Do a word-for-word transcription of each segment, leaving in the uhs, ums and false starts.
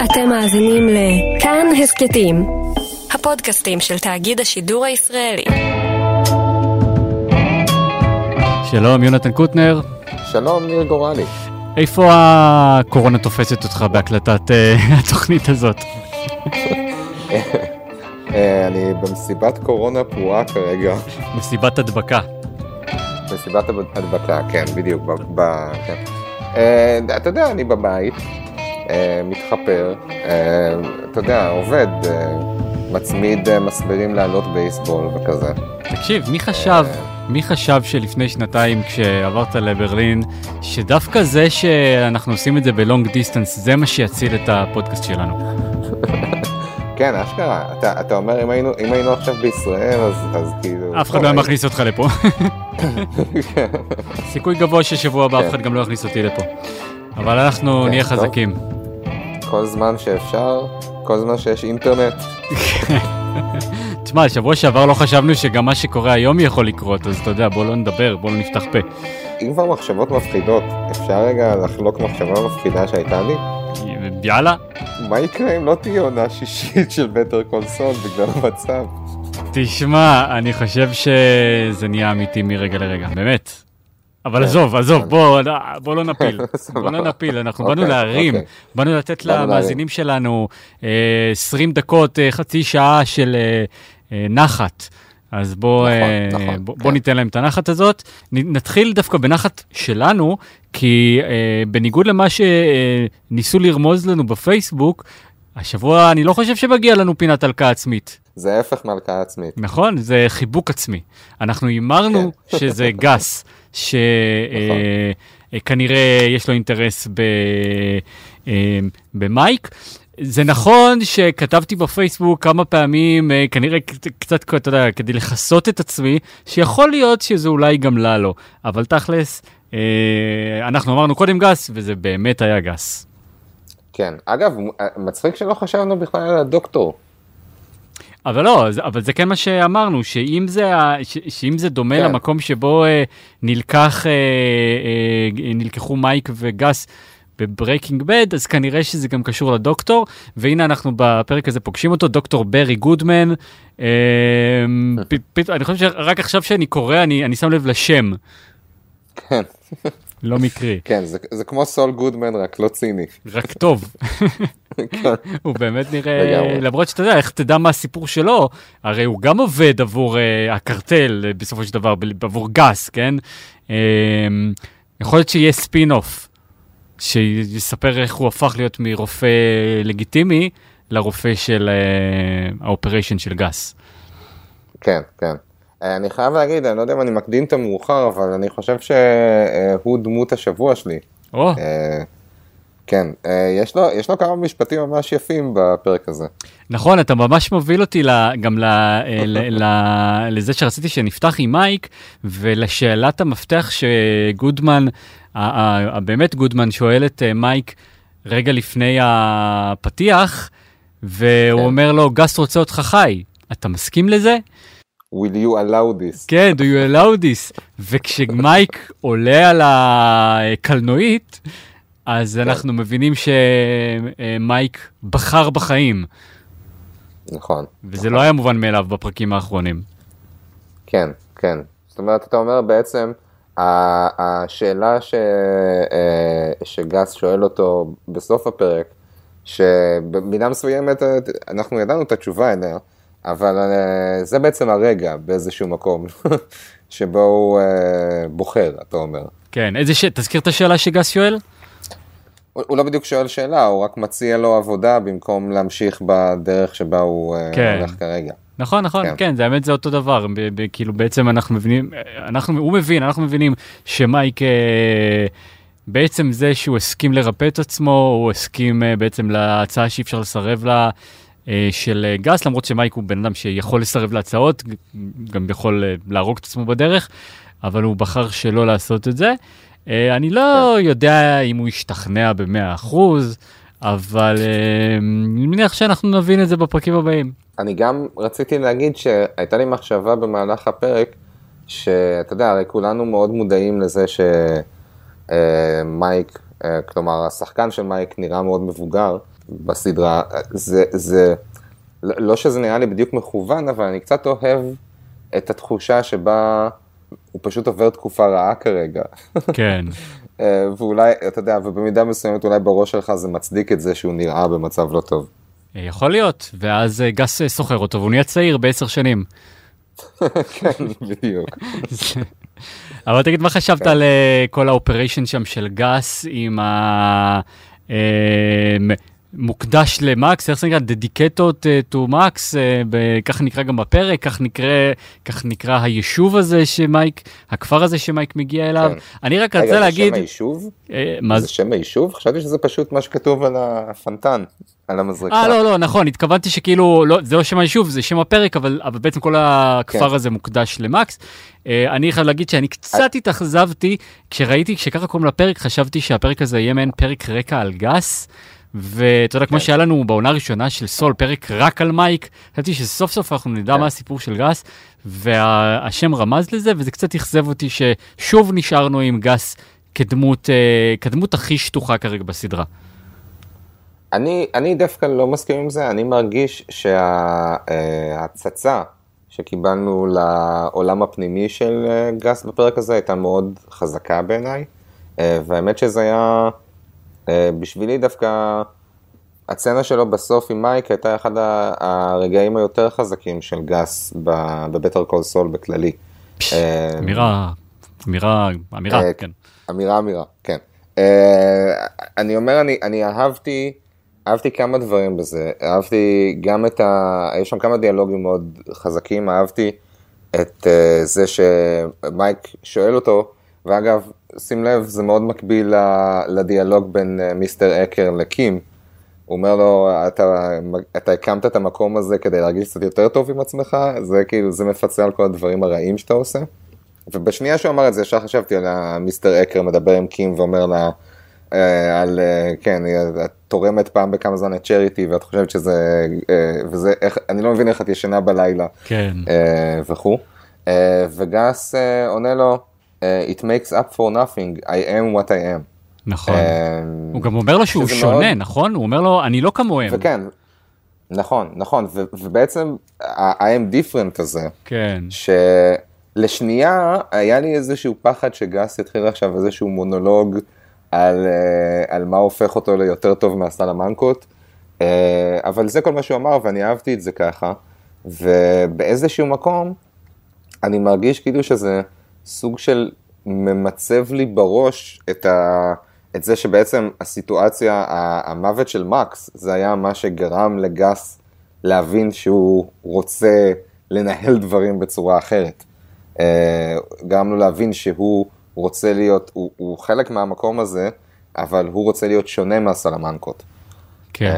אתם מאזינים לכאן הסקטים, הפודקאסטים של תאגיד השידור הישראלי. שלום, יונתן קוטנר. שלום, ניר גורלי. איפה הקורונה תופסת אותך בהקלטת התוכנית הזאת? אני במסיבת קורונה פרועה כרגע. מסיבת הדבקה. מסיבת הדבקה, כן, בדיוק. אתה יודע, אני בבית, מתחפר, אתה יודע, עובד, מצמיד מסברים לעלות בייסבול וכזה. תקשיב, מי חשב, מי חשב שלפני שנתיים כשעברת לברלין, שדווקא זה שאנחנו עושים את זה בלונג דיסטנס, זה מה שיציל את הפודקאסט שלנו? כן, אשכרה. אתה, אתה אומר, אם היינו, אם היינו עכשיו בישראל, אז, אז כאילו... אף אחד לא מכניס אותך לפה. סיכוי גבוה ששבוע הבא אף אחד גם לא יכניס אותי לפה. אבל אנחנו נהיה חזקים. כל זמן שאפשר, כל זמן שיש אינטרנט. תשמע, שבוע שעבר לא חשבנו שגם מה שקורה היום יכול לקרות, אז אתה יודע, בוא לא נדבר, בוא לא נפתח פה. אם כבר מחשבות מפחידות, אפשר רגע לחלוק מחשבה מפחידה שהייתה לי? יאללה. מה יקרה אם לא תהיה עונה שישית של בטר קול סול בגלל המצב? תשמע, אני חושב שזה נהיה אמיתי מרגע לרגע, באמת. אבל עזוב, עזוב, בוא, בוא לא נפיל. בוא לא נפיל, אנחנו באנו להרים, באנו לתת למאזינים שלנו עשרים דקות, חצי שעה של נחת. אז בוא, נכון, נכון, בוא, כן. בוא ניתן להם את הנחת הזאת. נתחיל דווקא בנחת שלנו, כי אה, בניגוד למה שניסו לרמוז לנו בפייסבוק, השבוע אני לא חושב שמגיע לנו פינת הלקאה עצמית. זה הפך מהלקאה עצמית. נכון, זה חיבוק עצמי. אנחנו אמרנו כן. שזה גס, שכנראה אה, יש לו אינטרס ב, אה, במייק. זה נכון שכתבתי בפייסבוק כמה פעמים, כנראה קצת, אתה יודע, כדי לחסות את עצמי, שיכול להיות שזה אולי גם לה לא. אבל תכלס, אנחנו אמרנו קודם גס, וזה באמת היה גס. כן, אגב, מצחיק שלא חשבנו בכלל על הדוקטור. אבל לא, אבל זה כן מה שאמרנו, שאם זה, שאם זה דומה כן. למקום שבו נלקח, נלקחו מייק וגס, בברייקינג בד, אז כנראה שזה גם קשור לדוקטור, והנה אנחנו בפרק הזה פוגשים אותו, דוקטור ברי גודמן. אני חושב שרק עכשיו שאני קורא, אני שם לב לשם. כן. לא מקרי. כן, זה כמו סול גודמן, רק לא ציני. רק טוב. הוא באמת נראה, למרות שאתה יודע, איך תדע מה הסיפור שלו, הרי הוא גם עובד עבור הקרטל, בסופו של דבר, עבור גס, כן? יכול להיות שיהיה ספין אוף. שיספר איך הוא הפך להיות מרופא לגיטימי לרופא של האופריישן של גס. כן, כן. אני חייב להגיד, אני לא יודע אם אני מקדים את המאוחר, אבל אני חושב שהוא דמות השבוע שלי. או. כן, יש לו, יש לו כמה משפטים ממש יפים בפרק הזה. נכון, אתה ממש מוביל אותי גם לזה שרציתי שנפתח עם מייק, ולשאלת המפתח שגודמן, באמת גודמן שואל את מייק רגע לפני הפתיח, והוא אומר לו, גס רוצה אותך חי, אתה מסכים לזה? Will you allow this? כן, do you allow this? וכשמייק עולה על הקלנועית, אז אנחנו מבינים שמייק בחר בחיים. נכון. וזה לא היה מובן מאליו בפרקים האחרונים. כן, כן. זאת אומרת, אתה אומר בעצם, השאלה ש... שגס שואל אותו בסוף הפרק, שבמידה מסוימת אנחנו ידענו את התשובה אליה, אבל זה בעצם הרגע באיזשהו מקום שבו הוא בוחר, אתה אומר. כן, איזה ש... תזכיר את השאלה שגס שואל? הוא לא בדיוק שואל שאלה, הוא רק מציע לו עבודה במקום להמשיך בדרך שבה הוא כן. הולך כרגע. נכון, נכון, כן, כן, זה האמת זה אותו דבר, ב- ב- כאילו בעצם אנחנו מבינים, אנחנו, הוא מבין, אנחנו מבינים שמייק אה, בעצם זה שהוא הסכים לרפא את עצמו, הוא הסכים אה, בעצם להצעה שאי אפשר לסרב לה אה, של אה, גס, למרות שמייק הוא בן אדם שיכול לסרב להצעות, גם יכול אה, להרוג את עצמו בדרך, אבל הוא בחר שלא לעשות את זה. אה, אני לא כן. יודע אם הוא ישתכנע ב-מאה אחוז, אבל אה, אני מניח שאנחנו נבין את זה בפרקים הבאים. אני גם רציתי להגיד שהייתה לי מחשבה במהלך הפרק, שאתה יודע, הרי כולנו מאוד מודעים לזה שמייק, כלומר השחקן של מייק נראה מאוד מבוגר, בסדרה, זה, זה, לא שזה נראה לי בדיוק מכוון, אבל אני קצת אוהב את התחושה שבה הוא פשוט עובר תקופה רעה כרגע. כן. ואולי, אתה יודע, ובמידה מסוימת אולי בראש שלך זה מצדיק את זה שהוא נראה במצב לא טוב. יכול להיות, ואז גס סוחר אותו, והוא נהיה צעיר בעשר שנים. כן, בדיוק. אבל תגיד, מה חשבת על כל האופריישן שם של גס עם המוקדש למקס, איך זה נקרא? Dedicated to Max, כך נקרא גם בפרק, כך נקרא היישוב הזה שמייק, הכפר הזה שמייק מגיע אליו. אני רק רוצה להגיד... רגע, זה שם היישוב? מה זה שם היישוב? חשבתי שזה פשוט מה שכתוב על הפנטן. על המזרקה. אה, לא, לא, נכון, התכוונתי שכאילו, לא, זה לא שם היישוב, זה שם הפרק, אבל, אבל בעצם כל הכפר כן. הזה מוקדש למקס. אה, אני חייב להגיד שאני קצת התאכזבתי, כשראיתי, כשככה קוראים לפרק, חשבתי שהפרק הזה יהיה מעין פרק רקע על גס, ואתה יודע, כן. כמו שהיה לנו בעונה הראשונה של סול, פרק רק על מייק, חשבתי שסוף סוף אנחנו נדע כן. מה הסיפור של גס, והשם רמז לזה, וזה קצת אכזב אותי ששוב נשארנו עם גס כדמות, אה, כדמות הכי שטוחה כרגע בסדרה. אני, אני דווקא לא מסכים עם זה, אני מרגיש שההצצה שקיבלנו לעולם הפנימי של גס בפרק הזה הייתה מאוד חזקה בעיניי, והאמת שזה היה, בשבילי דווקא, הצצנה שלו בסוף עם מייק הייתה אחד הרגעים היותר חזקים של גס בבטר קול סול בכללי. אמירה, אמירה, אמירה, כן. אמירה, אמירה, כן. אני אומר, אני, אני אהבתי, אהבתי כמה דברים בזה, אהבתי גם את ה... יש שם כמה דיאלוגים מאוד חזקים, אהבתי את uh, זה שמייק שואל אותו, ואגב, שים לב, זה מאוד מקביל לדיאלוג בין uh, מיסטר אקר לקים, הוא אומר לו, אתה, אתה הקמת את המקום הזה כדי להרגיש קצת יותר טוב עם עצמך, זה כאילו, זה מפצה על כל הדברים הרעים שאתה עושה, ובשנייה שהוא אמר את זה, ישר חשבתי על מיסטר אקר מדבר עם קים ואומר לה, על, כן, את תורמת פעם בכמה זמן את צ'ריטי, ואת חושבת שזה, וזה, איך, אני לא מבין איך את ישנה בלילה, כן. וכו'. וגס עונה לו, it makes up for nothing, I am what I am. נכון. הוא גם אומר לו שהוא שונה, מאוד... נכון? הוא אומר לו, אני לא כמוהם. וכן, נכון, נכון, ו- ובעצם ה-I am different הזה, כן. שלשנייה היה לי איזשהו פחד שגס יתחיל עכשיו איזשהו מונולוג, על, על מה הופך אותו ליותר טוב מהסלמנקות, אבל זה כל מה שהוא אמר, ואני אהבתי את זה ככה, ובאיזשהו מקום, אני מרגיש כאילו שזה סוג של ממצב לי בראש את, ה, את זה שבעצם הסיטואציה, המוות של מקס, זה היה מה שגרם לגס להבין שהוא רוצה לנהל דברים בצורה אחרת. גרם לו להבין שהוא רוצה להיות, הוא, הוא חלק מהמקום הזה, אבל הוא רוצה להיות שונה מהסלמנקות. כן.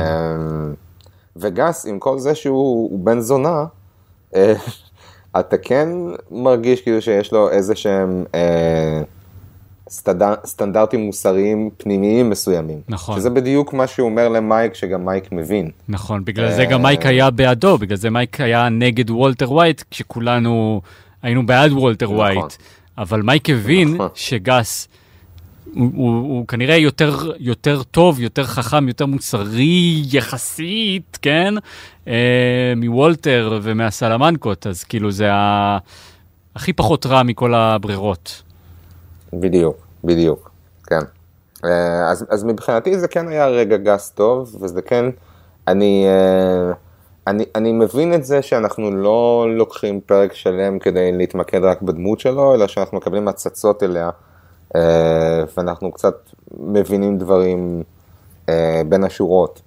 וגס, עם כל זה שהוא בן זונה, אתה כן מרגיש כאילו שיש לו איזה שהם סטנדר, סטנדרטים מוסריים פנימיים מסוימים. נכון. שזה בדיוק מה שהוא אומר למייק, שגם מייק מבין. נכון, בגלל זה גם מייק היה בעדו, בגלל זה מייק היה נגד וולטר ווייט, כשכולנו היינו בעד וולטר ווייט. אבל מייק הבין שגס הוא, הוא, הוא כנראה יותר, יותר טוב, יותר חכם, יותר מוסרי יחסית, כן? אה, מוולטר ומהסלמנקות, אז כאילו זה ה... הכי פחות רע מכל הברירות. בדיוק, בדיוק, כן. אה, אז, אז מבחינתי זה כן היה רגע גס טוב, וזה כן, אני... אה, אני, אני מבין את זה שאנחנו לא לוקחים פרק שלם כדי להתמקד רק בדמות שלו, אלא שאנחנו מקבלים הצצות אליה, ואנחנו קצת מבינים דברים בין השורות.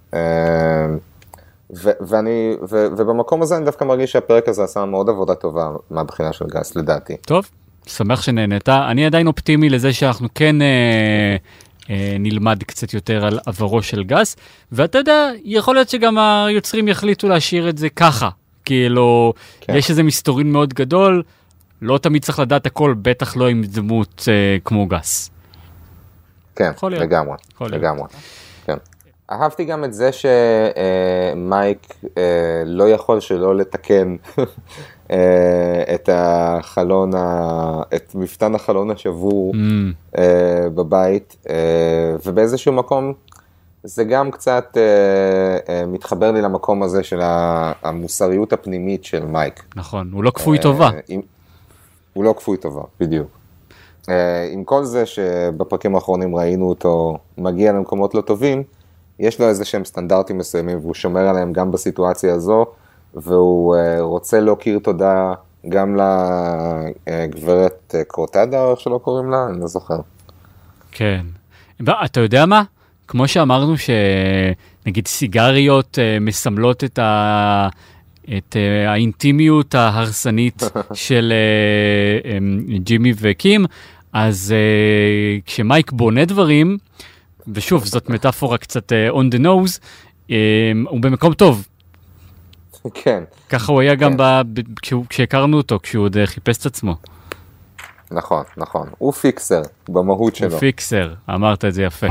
ו, ואני, ו, ובמקום הזה אני דווקא מרגיש שהפרק הזה עשה מאוד עבודה טובה מהבחינה של גס, לדעתי. טוב, שמח שנהנית. אני עדיין אופטימי לזה שאנחנו כן... אה... נלמד קצת יותר על עברו של גס, ואתה יודע, יכול להיות שגם היוצרים יחליטו להשאיר את זה ככה, כאילו, כן. יש איזה מסתורין מאוד גדול, לא תמיד צריך לדעת הכל, בטח לא עם דמות אה, כמו גס. כן, לגמרי, לגמרי. כן. אהבתי גם את זה שמייק אה, לא יכול שלא לתקן את החלון, את מפתן החלון השבור mm. בבית, ובאיזשהו מקום זה גם קצת אה, אה, מתחבר לי למקום הזה של המוסריות הפנימית של מייק. נכון, הוא לא כפוי אה, טובה. עם, הוא לא כפוי טובה, בדיוק. אה, עם כל זה שבפרקים האחרונים ראינו אותו מגיע למקומות לא טובים, יש לו איזה שהם סטנדרטים מסוימים, והוא שומר עליהם גם בסיטואציה הזו, והוא אה, רוצה להכיר תודה גם לגברת קורטדה, או איך שלא קוראים לה, אני לא זוכר. כן. אתה יודע מה? כמו שאמרנו שנגיד סיגריות מסמלות את, ה... את האינטימיות ההרסנית של ג'ימי וקים, אז כשמייק בונה דברים, ושוב, זאת מטאפורה קצת on the nose, הוא במקום טוב. כן. ככה הוא היה גם ב... כשהכרנו אותו, כשהוא עוד חיפש את עצמו. נכון, נכון. הוא פיקסר במהות שלו. הוא פיקסר, אמרת את זה יפה.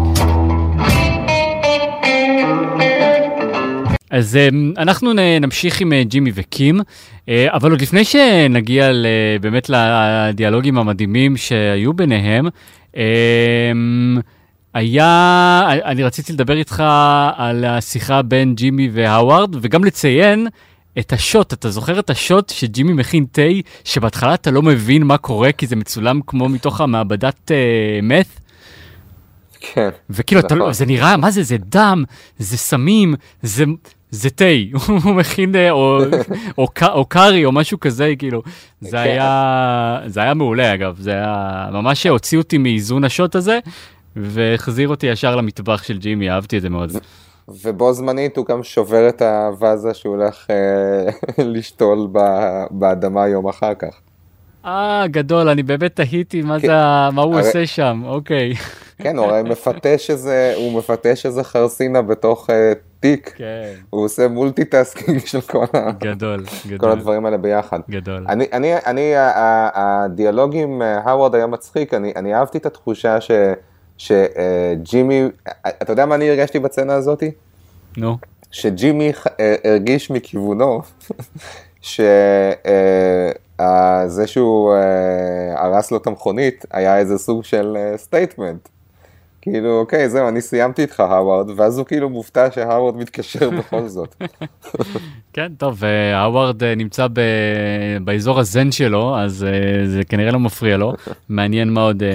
אז אנחנו נמשיך עם ג'ימי וקים, אבל עוד לפני שנגיע באמת לדיאלוגים המדהימים שהיו ביניהם, היה, אני רציתי לדבר איתך על השיחה בין ג'ימי והאווארד, וגם לציין את השוט, אתה זוכר את השוט שג'ימי מכין תה, שבהתחלה אתה לא מבין מה קורה, כי זה מצולם כמו מתוך המעבדת מת? כן. וכאילו, אתה לא, זה נראה, מה זה? זה דם, זה סמים, זה... זה תה, הוא מכין, או, או, או קארי, או משהו כזה, כאילו, זה היה, זה היה מעולה, אגב, זה היה, ממש הוציא אותי מאיזון השוט הזה, והחזיר אותי ישר למטבח של ג'ימי, אהבתי את זה מאוד. ובו זמנית הוא גם שובר את הוואזה שהוא הולך לשתול באדמה יום אחר כך. אה, גדול, אני באמת תהיתי מה, זה, מה הוא עושה שם, אוקיי. כן, הוא הרי מפתש איזה, הוא מפתש איזה חרסינה בתוך תיק. כן. הוא עושה מולטיטאסקינג של כל, גדול, גדול. כל הדברים האלה ביחד. גדול. אני, אני, אני, הדיאלוג עם האוורד היה מצחיק, אני, אני אהבתי את התחושה ש, שג'ימי, אתה יודע מה אני הרגשתי בצנה הזאת? נו. שג'ימי הרגיש מכיוונו, ש... זה שהוא הרס לו את המכונית, היה איזה סוג של סטייטמנט. כאילו, אוקיי, זהו, אני סיימתי איתך, האוורד, ואז הוא כאילו מופתע שהאוורד מתקשר בכל זאת. כן, טוב, האוורד נמצא באזור הזן שלו, אז זה כנראה לא מפריע לו. מעניין מה עוד...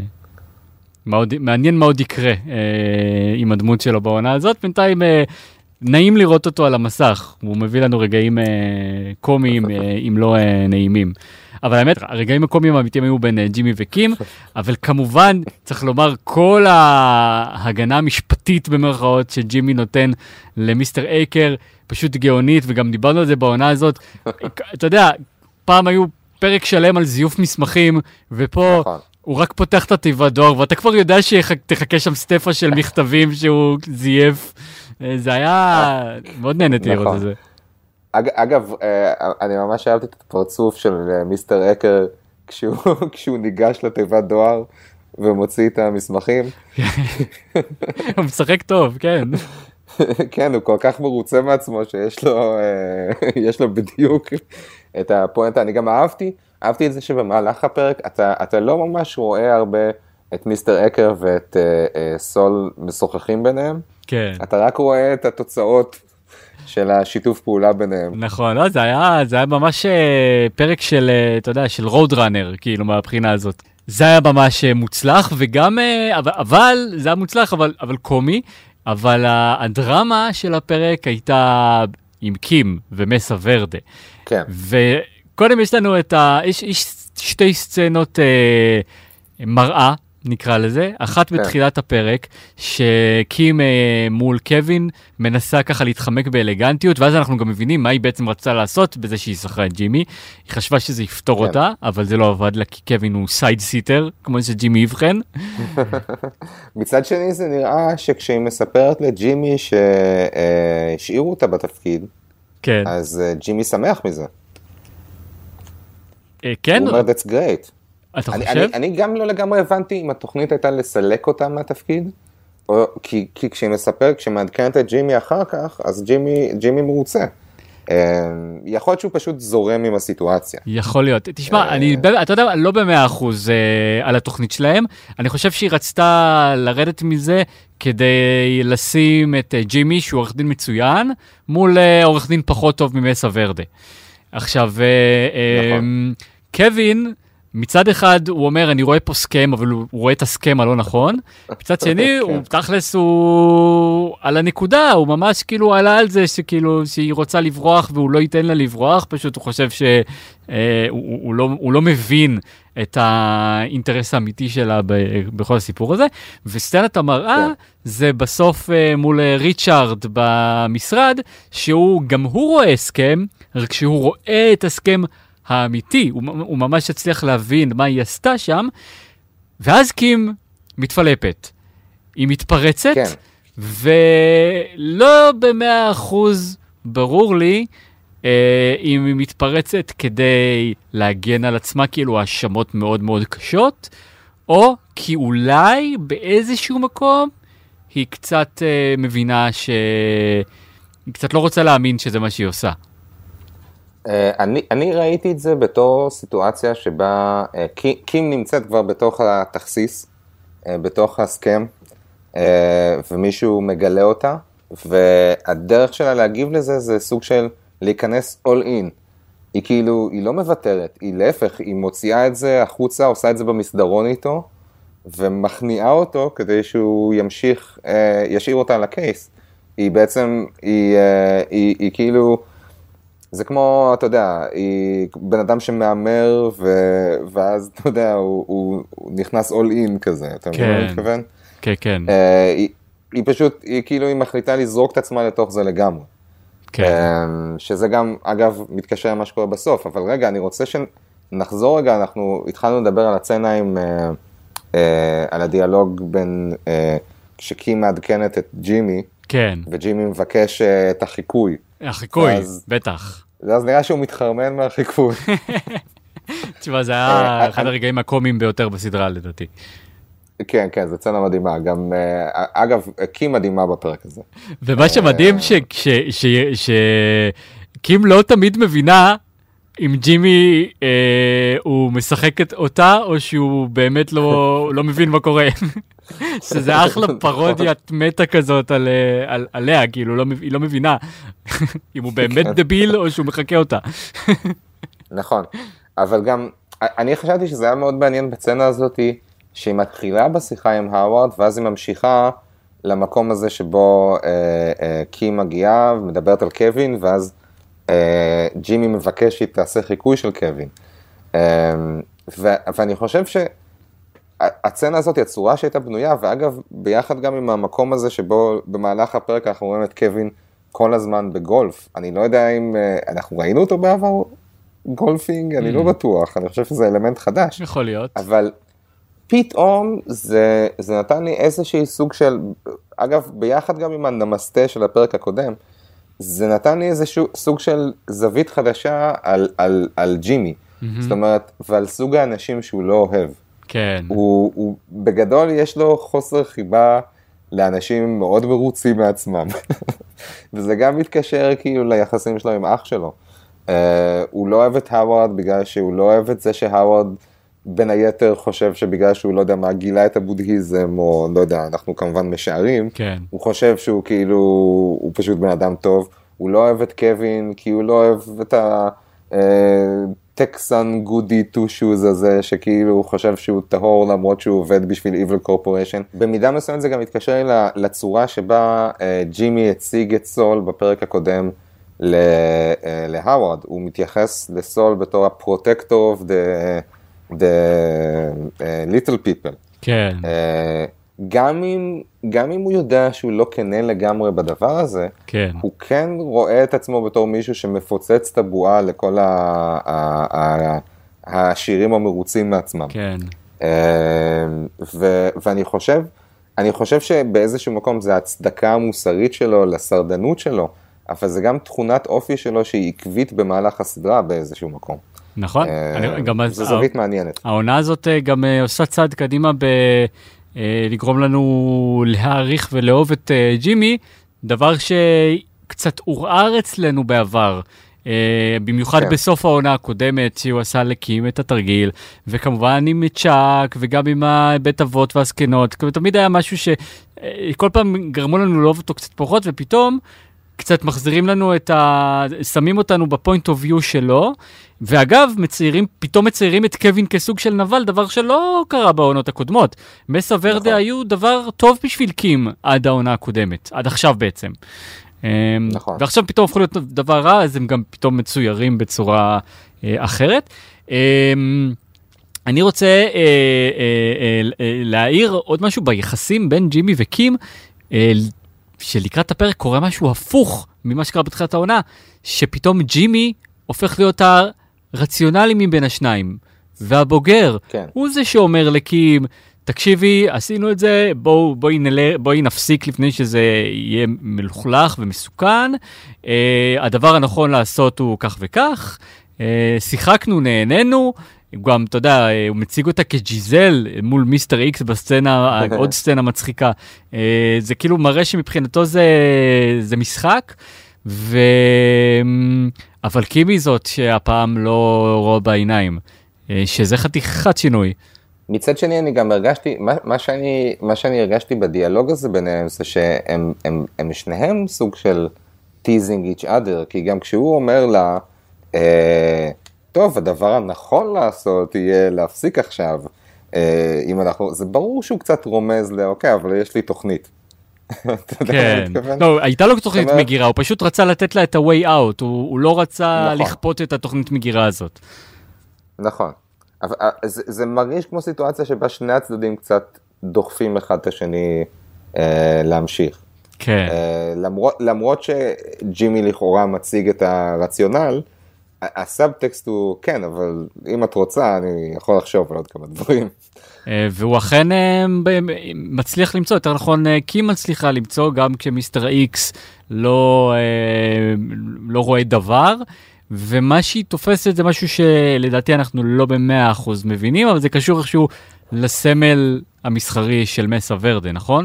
מעניין מה עוד יקרה עם הדמות שלו בעונה הזאת. בינתיים נעים לראות אותו על המסך, הוא מביא לנו רגעים קומיים, אם לא נעימים. אבל האמת, הרגעים הקומיים האמיתיים היו בין ג'ימי וקים, אבל כמובן, צריך לומר, כל ההגנה המשפטית במרכאות שג'ימי נותן למיסטר אייקר, פשוט גאונית, וגם דיברנו על זה בעונה הזאת. אתה יודע, פעם היו פרק שלם על זיוף מסמכים, ופה הוא רק פותח את התיבת דואר, ואתה כבר יודע שתחכה שם סטפה של מכתבים שהוא זייף. זה היה... מאוד נהניתי לראות את זה. אגב, אני ממש אהבתי את הפרצוף של מיסטר אייקר, כשהוא ניגש לתיבת דואר ומוציא את המסמכים. הוא משחק טוב, כן. כן, הוא כל כך מרוצה מעצמו שיש לו, יש לו בדיוק את הפואנטה. אני גם אהבתי, אהבתי את זה שבמהלך הפרק, אתה, אתה לא ממש רואה הרבה את מיסטר אייקר ואת סול משוחחים ביניהם. כן. אתה רק רואה את התוצאות של השיתוף פעולה ביניהם. נכון, לא, זה היה, זה היה ממש פרק של, אתה יודע, של רוד ראנר, כאילו, מהבחינה הזאת. זה היה ממש מוצלח, וגם, אבל, אבל זה היה מוצלח, אבל, אבל קומי, אבל הדרמה של הפרק הייתה עם קים ומסה ורדה. כן. וקודם יש לנו את ה... יש, יש שתי סצנות אה, מראה, נקרא לזה, אחת בתחילת הפרק, שקים מול קווין מנסה ככה להתחמק באלגנטיות, ואז אנחנו גם מבינים מה היא בעצם רצתה לעשות בזה שהיא שכרה את ג'ימי. היא חשבה שזה יפתור אותה, אבל זה לא עבד לה, כי קווין הוא סייד סיטר, כמו שג'ימי יבחן. מצד שני זה נראה שכשהיא מספרת לג'ימי שהשאירו אותה בתפקיד, אז ג'ימי שמח מזה. כן. הוא אומר, that's great. אתה אני, חושב? אני, אני גם לא לגמרי הבנתי אם התוכנית הייתה לסלק אותה מהתפקיד, או, כי, כי כשהיא מספר, כשמעדכנת את ג'ימי אחר כך, אז ג'ימי, ג'ימי מרוצה. יכול להיות שהוא פשוט זורם עם הסיטואציה. יכול להיות. תשמע, אני, אתה יודע, לא במאה אחוז על התוכנית שלהם, אני חושב שהיא רצתה לרדת מזה, כדי לשים את ג'ימי, שהוא עורך דין מצוין, מול עורך דין פחות טוב ממסה ורדה. עכשיו, נכון. קווין, מצד אחד הוא אומר, אני רואה פה סקם, אבל הוא רואה את הסקם הלא נכון. מצד שני, הוא תכלס הוא על הנקודה, הוא ממש כאילו עלה על זה שכאילו, שהיא רוצה לברוח והוא לא ייתן לה לברוח, פשוט הוא חושב שהוא לא, הוא לא מבין את האינטרס האמיתי שלה בכל הסיפור הזה. וסצנת המראה זה בסוף מול ריצ'ארד במשרד, שהוא גם הוא רואה הסכם, רק שהוא רואה את הסכם האמיתי, הוא, הוא ממש הצליח להבין מה היא עשתה שם, ואז קים מתפלפת. היא מתפרצת, כן. ולא במאה אחוז ברור לי אה, אם היא מתפרצת כדי להגן על עצמה, כאילו האשמות מאוד מאוד קשות, או כי אולי באיזשהו מקום היא קצת אה, מבינה ש... היא קצת לא רוצה להאמין שזה מה שהיא עושה. אני, אני ראיתי את זה בתור סיטואציה שבה קים נמצאת כבר בתוך התכסיס, בתוך הסכם, ומישהו מגלה אותה, והדרך שלה להגיב לזה זה סוג של להיכנס all in. היא כאילו, היא לא מוותרת, היא להפך, היא מוציאה את זה החוצה, עושה את זה במסדרון איתו, ומכניעה אותו כדי שהוא ימשיך, ישאיר אותה על הקייס. היא בעצם, היא, היא, היא כאילו, זה כמו, אתה יודע, היא בן אדם שמאמר, ו... ואז, אתה יודע, הוא, הוא, הוא נכנס all in כזה, אתה מבין מה אני מתכוון? כן, כן. Uh, היא, היא פשוט, היא כאילו, היא מחליטה לזרוק את עצמה לתוך זה לגמרי. כן. Uh, שזה גם, אגב, מתקשר למה שקורה בסוף, אבל רגע, אני רוצה שנחזור רגע, אנחנו התחלנו לדבר על הצנה עם, uh, uh, על הדיאלוג בין, uh, כשקים מעדכנת את ג'ימי, כן. וג'ימי מבקש uh, את החיקוי. החיקוי, אז, בטח. אז נראה שהוא מתחרמן מהחיקוי. תשמע, זה היה אחד הרגעים הקומיים ביותר בסדרה, לדעתי. כן, כן, זו צנה מדהימה. גם, אגב, קים מדהימה בפרק הזה. ומה שמדהים, שקים לא תמיד מבינה אם ג'ימי הוא משחק אותה, או שהוא באמת לא מבין מה קורה. שזה אחלה פרודיית מטה כזאת על, על, עליה, כאילו, לא, היא לא מבינה אם הוא באמת דביל או שהוא מחכה אותה. נכון, אבל גם, אני חשבתי שזה היה מאוד מעניין בצנה הזאת, שהיא מתחילה בשיחה עם האוורד, ואז היא ממשיכה למקום הזה שבו אה, אה, קי מגיעה, מדברת על קווין, ואז אה, ג'ימי מבקש שהיא תעשה חיקוי של קווין. אה, ו, ואני חושב ש... הצנה הזאת היא הצורה שהייתה בנויה, ואגב, ביחד גם עם המקום הזה שבו במהלך הפרק אנחנו רואים את קווין כל הזמן בגולף. אני לא יודע אם אנחנו ראינו אותו בעבר גולפינג, אני לא בטוח, אני חושב שזה אלמנט חדש. יכול להיות. אבל פתאום זה, זה נתן לי איזושהי סוג של, אגב, ביחד גם עם הנמסטה של הפרק הקודם, זה נתן לי איזשהו סוג של זווית חדשה על, על, על ג'ימי. זאת אומרת, ועל סוג האנשים שהוא לא אוהב. כן. הוא, הוא, בגדול יש לו חוסר חיבה לאנשים מאוד מרוצים מעצמם. וזה גם מתקשר כאילו ליחסים שלו עם אח שלו. Uh, הוא לא אוהב את האוורד בגלל שהוא לא אוהב את זה שהאוורד בין היתר חושב שבגלל שהוא לא יודע מה גילה את הבודהיזם, או לא יודע, אנחנו כמובן משערים. כן. הוא חושב שהוא כאילו, הוא פשוט בן אדם טוב. הוא לא אוהב את קווין כי הוא לא אוהב את ה... Uh, טקסן גודי טו שוז הזה, שכאילו הוא חושב שהוא טהור למרות שהוא עובד בשביל Evil Corporation. במידה מסוימת זה גם מתקשר לי לצורה שבה ג'ימי הציג את סול בפרק הקודם להאוורד. הוא מתייחס לסול בתור ה-protector of the, the uh, little people. כן. Uh, גם אם, גם אם הוא יודע שהוא לא כנה לגמרי בדבר הזה, כן. הוא כן רואה את עצמו בתור מישהו שמפוצץ את הבועה לכל ה, ה, ה, השירים המרוצים מעצמם. כן. ו, ואני חושב, אני חושב שבאיזשהו מקום זה הצדקה המוסרית שלו, לסרדנות שלו, אבל זה גם תכונת אופי שלו שהיא עקבית במהלך הסדרה באיזשהו מקום. נכון. אני, גם זו זווית מעניינת. העונה הזאת גם עושה צעד קדימה ב... לגרום לנו להעריך ולאהוב את ג'ימי, דבר שקצת עורער אצלנו בעבר. במיוחד כן. בסוף העונה הקודמת, שהוא עשה לקים את התרגיל, וכמובן עם צ'אק, וגם עם בית אבות והסקנות, תמיד היה משהו שכל פעם גרמו לנו לאהוב אותו קצת פחות, ופתאום קצת מחזירים לנו את ה... שמים אותנו בפוינט אוף ויו שלו, ואגב, מציירים, פתאום מציירים את קווין כסוג של נבל, דבר שלא קרה בעונות הקודמות. מסה ורדה נכון. היו דבר טוב בשביל קים עד העונה הקודמת, עד עכשיו בעצם. נכון. ועכשיו פתאום הפכו להיות דבר רע, אז הם גם פתאום מצוירים בצורה אה, אחרת. אה, אני רוצה אה, אה, אה, אה, להעיר עוד משהו ביחסים בין ג'ימי וקים, אה, שלקראת הפרק קורה משהו הפוך ממה שקרה בתחילת העונה, שפתאום ג'ימי הופך להיות הרציונלי מבין השניים, והבוגר, כן. הוא זה שאומר לקים, תקשיבי, עשינו את זה, בואו, בואי, נלה, בואי נפסיק לפני שזה יהיה מלוכלך ומסוכן, אה, הדבר הנכון לעשות הוא כך וכך, אה, שיחקנו, נהנינו, גם, אתה יודע, הוא מציג אותה כג'יזל מול מיסטר איקס בסצנה, עוד סצנה מצחיקה. זה כאילו מראה שמבחינתו זה, זה משחק, ו... אבל קימי זאת שהפעם לא רואה בעיניים, שזה חתיכת שינוי. מצד שני, אני גם הרגשתי, מה, מה, שאני, מה שאני הרגשתי בדיאלוג הזה ביניהם, זה שהם הם, הם שניהם סוג של teasing each other, כי גם כשהוא אומר לה, אה, טוב, הדבר הנכון לעשות יהיה להפסיק עכשיו, אה, אם אנחנו, זה ברור שהוא קצת רומז לה, אוקיי, אבל יש לי תוכנית. כן, לא, הייתה לו תוכנית מגירה, הוא פשוט רצה לתת לה את ה-way out, הוא, הוא לא רצה נכון. לכפות את התוכנית מגירה הזאת. נכון. אבל זה, זה מרגיש כמו סיטואציה שבה שני הצדדים קצת דוחפים אחד את השני אה, להמשיך. כן. אה, למרות, למרות שג'ימי לכאורה מציג את הרציונל, הסאבטקסט הוא כן, אבל אם את רוצה, אני יכול לחשוב על עוד כמה דברים. אה, והוא אכן אה, מצליח למצוא, יותר נכון, אה, כי מצליחה למצוא, גם כשמיסטר איקס לא, אה, לא רואה דבר, ומה שהיא תופסת זה משהו שלדעתי אנחנו לא במאה אחוז מבינים, אבל זה קשור איכשהו לסמל המסחרי של מסה ורדה, נכון?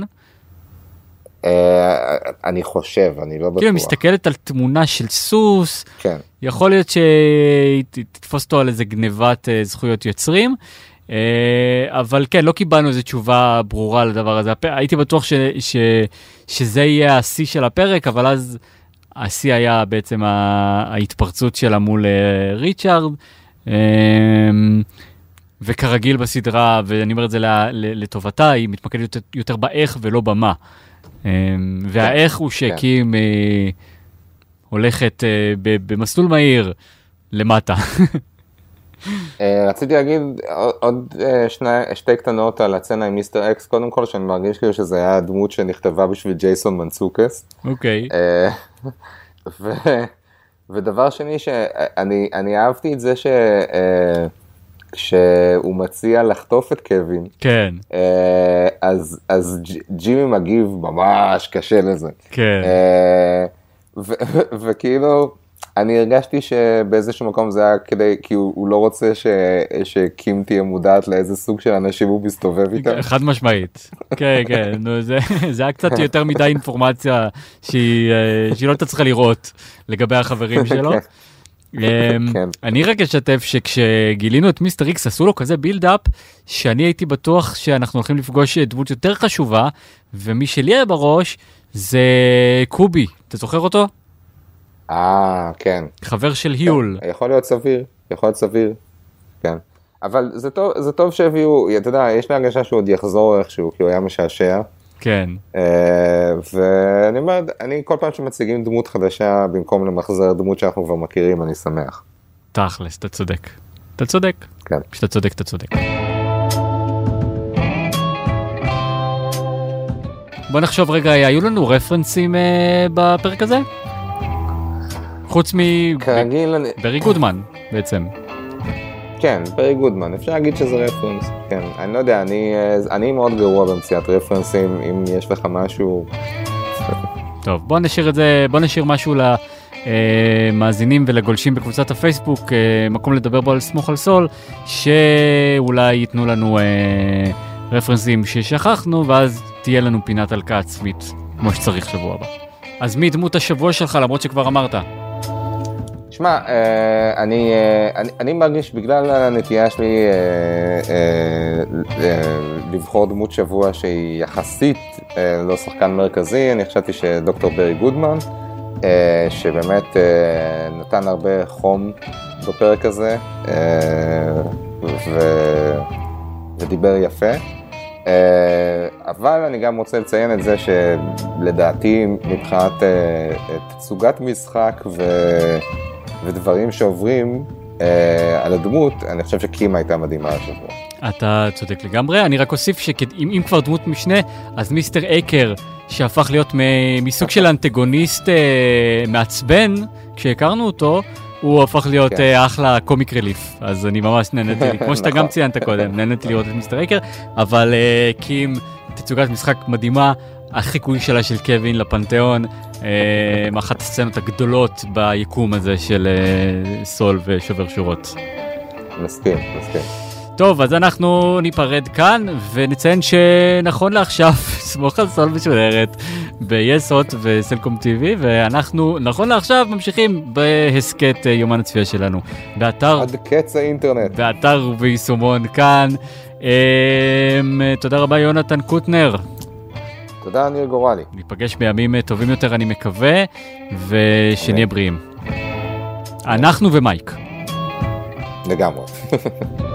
אני חושב, אני לא בטוח. כאילו, מסתכלת על תמונה של סוס, כן. יכול להיות שהיא תתפוס אותו על איזה גנבת זכויות יוצרים, אבל כן, לא קיבלנו איזו תשובה ברורה לדבר הזה. הייתי בטוח ש, ש, שזה יהיה השיא של הפרק, אבל אז השיא היה בעצם ההתפרצות שלה מול ריצ'ארד, וכרגיל בסדרה, ואני אומר את זה לטובתה, היא מתמקדת יותר באיך ולא במה. והאיך הוא שקים הולכת במסלול מהיר למטה. רציתי להגיד עוד שתי קטנות על הצנה עם מיסטר אקס, קודם כל שאני מרגיש כאילו שזה היה דמות שנכתבה בשביל ג'ייסון מנצוקס. אוקיי. ודבר שני שאני אהבתי את זה ש... כשהוא מציע לחטוף את קווין, כן. אז, אז ג'ימי מגיב ממש קשה לזה. כן. וכאילו, אני הרגשתי שבאיזשהו מקום זה היה כדי, כי הוא, הוא לא רוצה ש, שקים תהיה מודעת לאיזה סוג של אנשים הוא מסתובב איתם. חד משמעית. כן, כן. זה, זה היה קצת יותר מדי אינפורמציה שהיא, שהיא לא צריכה לראות לגבי החברים שלו. כן. אני רק אשתף שכשגילינו את מיסטר איקס עשו לו כזה בילד-אפ שאני הייתי בטוח שאנחנו הולכים לפגוש דמות יותר חשובה, ומי שלי היה בראש זה קובי, אתה זוכר אותו? אה, כן. חבר של היול. יכול להיות סביר, יכול להיות סביר, כן. אבל זה טוב, זה טוב שהביאו, אתה יודע, יש לי הרגשה שהוא עוד יחזור איכשהו, כי הוא היה משעשע. כן. ואני אומר, אני כל פעם שמציגים דמות חדשה, במקום למחזר דמות שאנחנו כבר מכירים, אני שמח. תכלס, אתה צודק. אתה צודק. כן. כשאתה צודק, אתה צודק. בוא נחשוב רגע, היו לנו רפרנסים בפרק הזה? חוץ מ... כרגיל אני... ברי גודמן, בעצם. כן, ברי גודמן, אפשר להגיד שזה רפרנס, כן, אני לא יודע, אני, אני מאוד גרוע במציאת רפרנסים, אם יש לך משהו... טוב, בוא נשאיר את זה, בוא נשאיר משהו למאזינים ולגולשים בקבוצת הפייסבוק, מקום לדבר בו על סמוך על סול, שאולי ייתנו לנו רפרנסים ששכחנו, ואז תהיה לנו פינת הלקאה עצמית, כמו שצריך שבוע הבא. אז מי דמות השבוע שלך, למרות שכבר אמרת? שמע, אני, אני, אני מרגיש בגלל הנטייה שלי לבחור דמות שבוע שהיא יחסית לא שחקן מרכזי, אני חשבתי שדוקטור ברי גודמן, שבאמת נתן הרבה חום בפרק הזה, ו... ודיבר יפה. אבל אני גם רוצה לציין את זה שלדעתי מבחינת תצוגת משחק ו... ודברים שעוברים על הדמות, אני חושב שקימה הייתה מדהימה השבוע. אתה צודק לגמרי, אני רק אוסיף שאם כבר דמות משנה, אז מיסטר אייקר, שהפך להיות מסוג של אנטגוניסט מעצבן, כשהכרנו אותו, הוא הפך להיות כן. אחלה קומיק רליף, אז אני ממש נהניתי, כמו שאתה גם ציינת קודם, נהניתי לראות את מיסטר אייקר, אבל uh, קים, תצוגת משחק מדהימה, החיקוי שלה של קווין לפנתיאון, uh, אחת הסצנות הגדולות ביקום הזה של uh, סול ושובר שורות. מסכים, מסכים. טוב, אז אנחנו ניפרד כאן, ונציין שנכון לעכשיו, סמוך על סול משודרת, ב-יס-הוט וסלקום טי וי, ואנחנו, נכון לעכשיו, ממשיכים בהסקט יומן הצפייה שלנו. באתר... עד קץ האינטרנט. באתר וביישומון כאן. תודה רבה, יונתן קוטנר. תודה, ניר גורלי. ניפגש בימים טובים יותר, אני מקווה, ושנהיה בריאים. אנחנו ומייק. לגמרי.